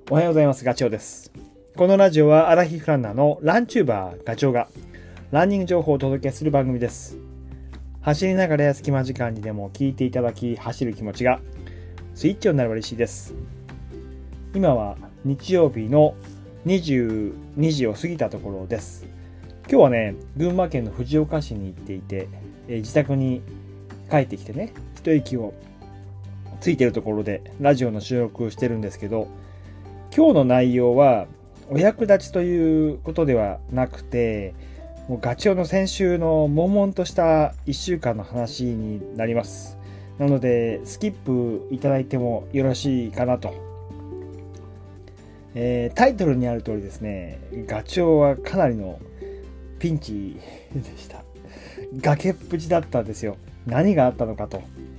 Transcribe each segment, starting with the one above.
おはようございます。ガチョウです。このラジオはアラヒフランナーのランチューバーガチョウがランニング情報をお届けする番組です。走りながらや隙間時間にでも聞いていただき、走る気持ちがスイッチオンになれば嬉しいです。今は日曜日の22時を過ぎたところです。今日はね、群馬県の藤岡市に行っていて、自宅に帰ってきてね、一息をついているところでラジオの収録をしてるんですけど、今日の内容はお役立ちということではなくて、もうガチョウの先週の悶々とした1週間の話になります。なのでスキップいただいてもよろしいかなと。タイトルにある通りですね、ガチョウはかなりのピンチでした。崖っぷちだったんですよ。何があったのかと。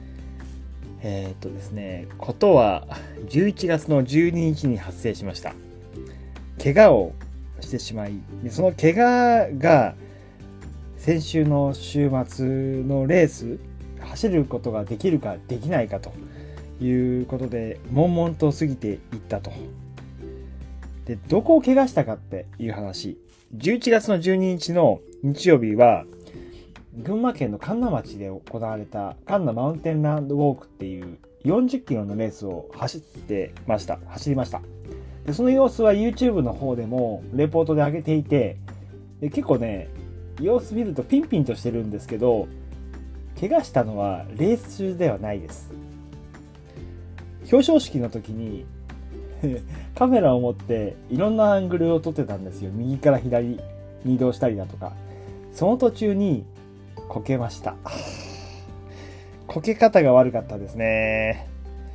ですね、ことは11月の12日に発生しました。怪我をしてしまい、その怪我が先週の週末のレース、走ることができるかできないかということで、悶々と過ぎていったと。で、どこを怪我したかっていう話。11月の12日の日曜日は、群馬県の神流町で行われた神流マウンテンランドウォークっていう40キロのレースを走りました。で、その様子は YouTube の方でもレポートで上げていて、で結構ね、様子見るとピンピンとしてるんですけど、怪我したのはレース中ではないです。表彰式の時にカメラを持っていろんなアングルを撮ってたんですよ。右から左に移動したりだとか。その途中にこけました。こけ方が悪かったですね。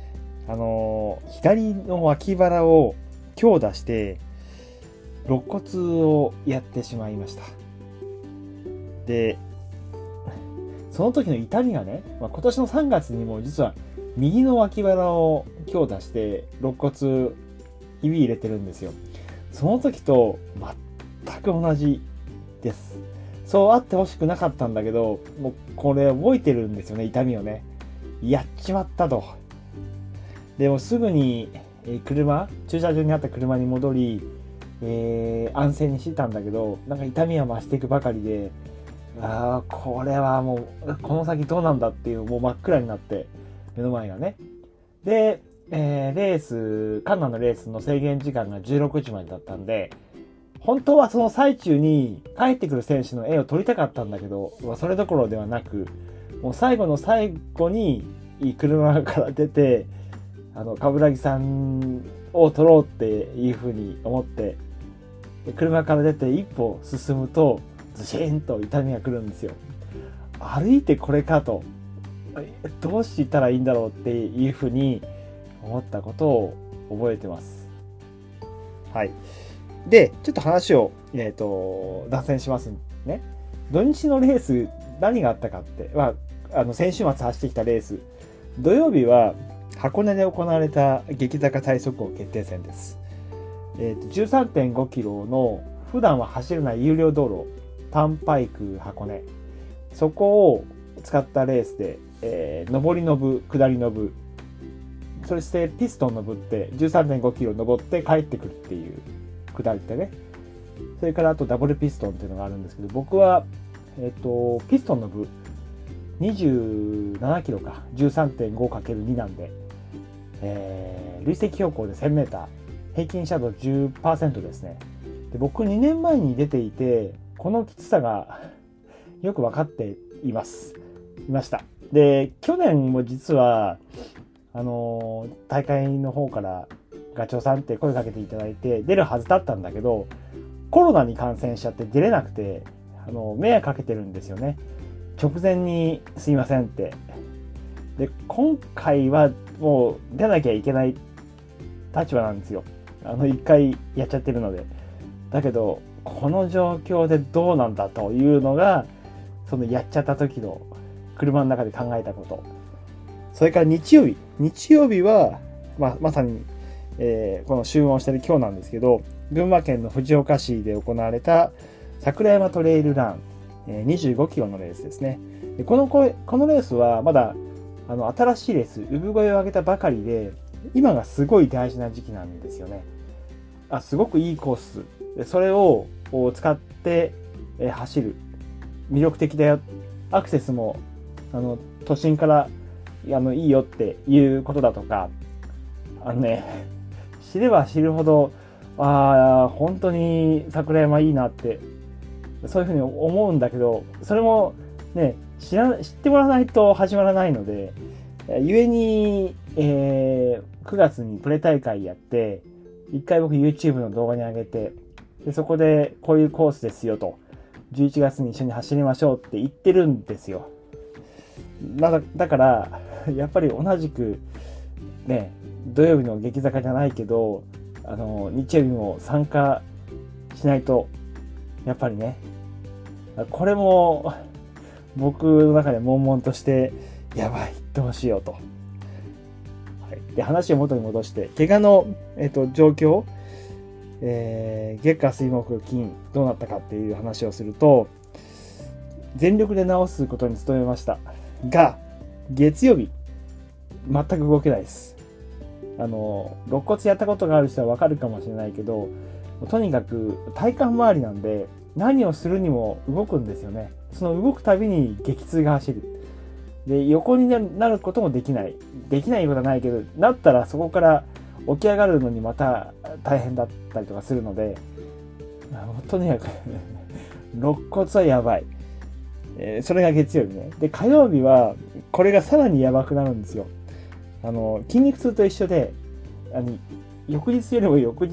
左の脇腹を強打して肋骨をやってしまいました。で、その時の痛みがね、今年の3月にも実は右の脇腹を強打して肋骨ひび入れてるんですよ。その時と全く同じです。そうあってほしくなかったんだけど、もうこれ覚えてるんですよね、痛みをね。やっちまったと。でもすぐに駐車場にあった車に戻り、安静にしてたんだけど、なんか痛みは増していくばかりで、これはもう、この先どうなんだっていう、もう真っ暗になって、目の前がね。で、レース、カンナのレースの制限時間が16時までだったんで、本当はその最中に帰ってくる選手の絵を撮りたかったんだけど、それどころではなく、もう最後の最後に車から出て、冠城さんを撮ろうっていうふうに思って、車から出て一歩進むと、ズシーンと痛みが来るんですよ。歩いてこれかと、どうしたらいいんだろうっていうふうに思ったことを覚えてます。はい。で、ちょっと話を、脱線しますね。土日のレース、何があったかって、先週末走ってきたレース。土曜日は箱根で行われた激坂最速王決定戦です。13.5 キロの普段は走れない有料道路、タンパイク箱根。そこを使ったレースで、上りの部、下りの部、そしてピストンの部って 13.5 キロ登って帰ってくるっていう下りってね。それからあとダブルピストンっていうのがあるんですけど、僕は、ピストンの部27キロか 13.5×2 なんで、累積標高で 1000m 平均斜度 10% ですね。で、僕2年前に出ていて、このきつさがよく分かっていました。で、去年も実は大会の方からガチョウさんって声かけていただいて出るはずだったんだけど、コロナに感染しちゃって出れなくて、迷惑かけてるんですよね。直前にすいませんって。で、今回はもう出なきゃいけない立場なんですよ。一回やっちゃってるので。だけど、この状況でどうなんだというのが、そのやっちゃった時の車の中で考えたこと。それから日曜日は、まさに、この集合してる今日なんですけど、群馬県の藤岡市で行われた桜山トレイルラン、25キロのレースですね。でこのレースはまだ新しいレース、産声を上げたばかりで、今がすごい大事な時期なんですよね。 すごくいいコースで、それを使って走る、魅力的だよ、アクセスも都心からいいよっていうことだとか、知れば知るほど本当に桜山いいなってそういうふうに思うんだけど、それもね知ってもらわないと始まらないので、故に、9月にプレ大会やって、一回僕 YouTube の動画に上げて、でそこでこういうコースですよと、11月に一緒に走りましょうって言ってるんですよ。だからやっぱり同じくね、土曜日の激坂じゃないけど日曜日も参加しないと、やっぱりね、これも僕の中で悶々としてやばい、どうしようと。で、話を元に戻して、怪我の、状況、月火水木金どうなったかっていう話をすると、全力で治すことに努めましたが、月曜日全く動けないです。肋骨やったことがある人は分かるかもしれないけど、とにかく体幹周りなんで何をするにも動くんですよね。その動くたびに激痛が走る。で、横になることもできない。できないことはないけど、なったらそこから起き上がるのにまた大変だったりとかするので、とにかく肋骨はやばい。それが月曜日ね。で、火曜日はこれがさらにやばくなるんですよ。筋肉痛と一緒で、翌日よりも翌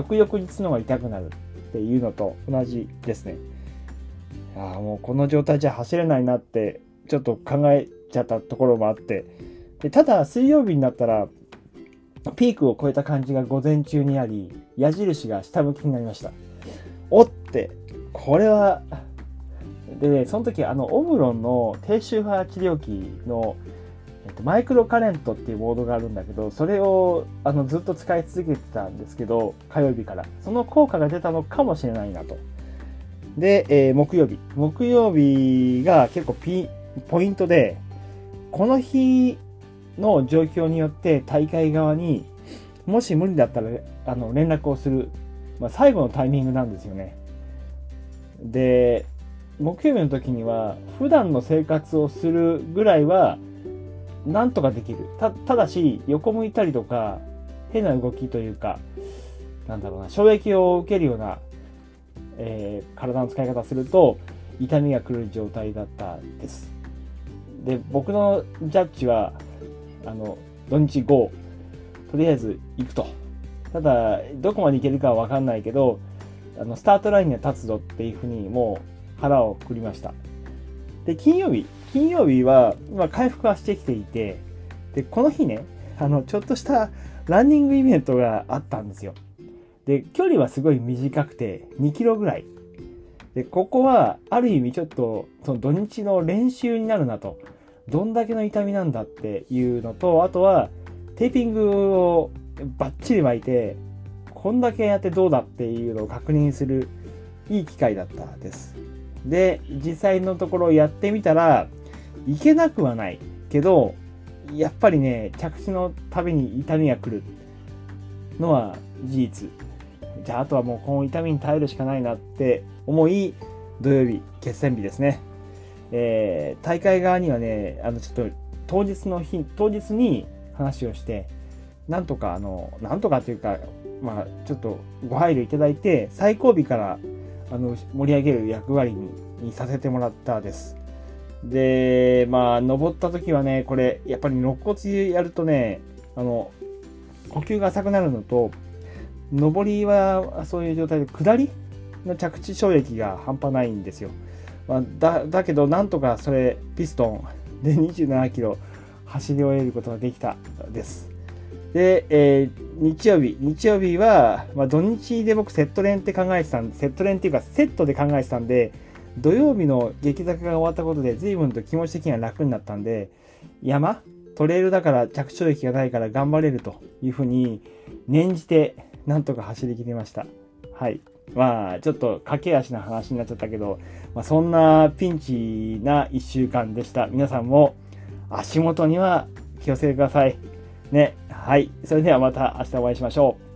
々日の方が痛くなるっていうのと同じですね。もうこの状態じゃ走れないなってちょっと考えちゃったところもあって、でただ水曜日になったらピークを超えた感じが午前中にあり、矢印が下向きになりました。おってこれはでね、その時オムロンの低周波治療器のマイクロカレントっていうモードがあるんだけど、それをずっと使い続けてたんですけど、火曜日からその効果が出たのかもしれないなと。で、木曜日が結構ポイントで、この日の状況によって大会側にもし無理だったら連絡をする、最後のタイミングなんですよね。で、木曜日の時には普段の生活をするぐらいはなんとかできる。ただし横向いたりとか変な動きというか、衝撃を受けるような、体の使い方すると痛みが来る状態だったです。で、僕のジャッジは土日5とりあえず行くと。ただどこまで行けるかは分かんないけど、スタートラインには立つぞっていうふうにもう腹をくりました。で、金曜日は、回復はしてきていて、で、この日ね、ちょっとしたランニングイベントがあったんですよ。で、距離はすごい短くて、2キロぐらい。で、ここは、ある意味ちょっと、その土日の練習になるなと。どんだけの痛みなんだっていうのと、あとは、テーピングをバッチリ巻いて、こんだけやってどうだっていうのを確認する、いい機会だったです。で、実際のところやってみたらいけなくはないけど、やっぱりね、着地のたびに痛みが来るのは事実。じゃあ、あとはもうこの痛みに耐えるしかないなって思い、土曜日決戦日ですね。大会側にはね、ちょっと当日に話をして、なんとかというか、ちょっとご配慮いただいて、最後尾から盛り上げる役割にさせてもらったです。で、登った時はね、これ、やっぱり肋骨やるとね、呼吸が浅くなるのと、上りはそういう状態で、下りの着地衝撃が半端ないんですよ。だけど、なんとかそれ、ピストンで27キロ走り終えることができたです。で、日曜日は、土日で僕セット練っていうかセットで考えてたんで、土曜日の激坂が終わったことで随分と気持ち的には楽になったんで、トレイルだから着地衝撃がないから頑張れるというふうに念じてなんとか走り切りました。はい。ちょっと駆け足な話になっちゃったけど、そんなピンチな1週間でした。皆さんも足元には気をつけてください。ね。はい。それではまた明日お会いしましょう。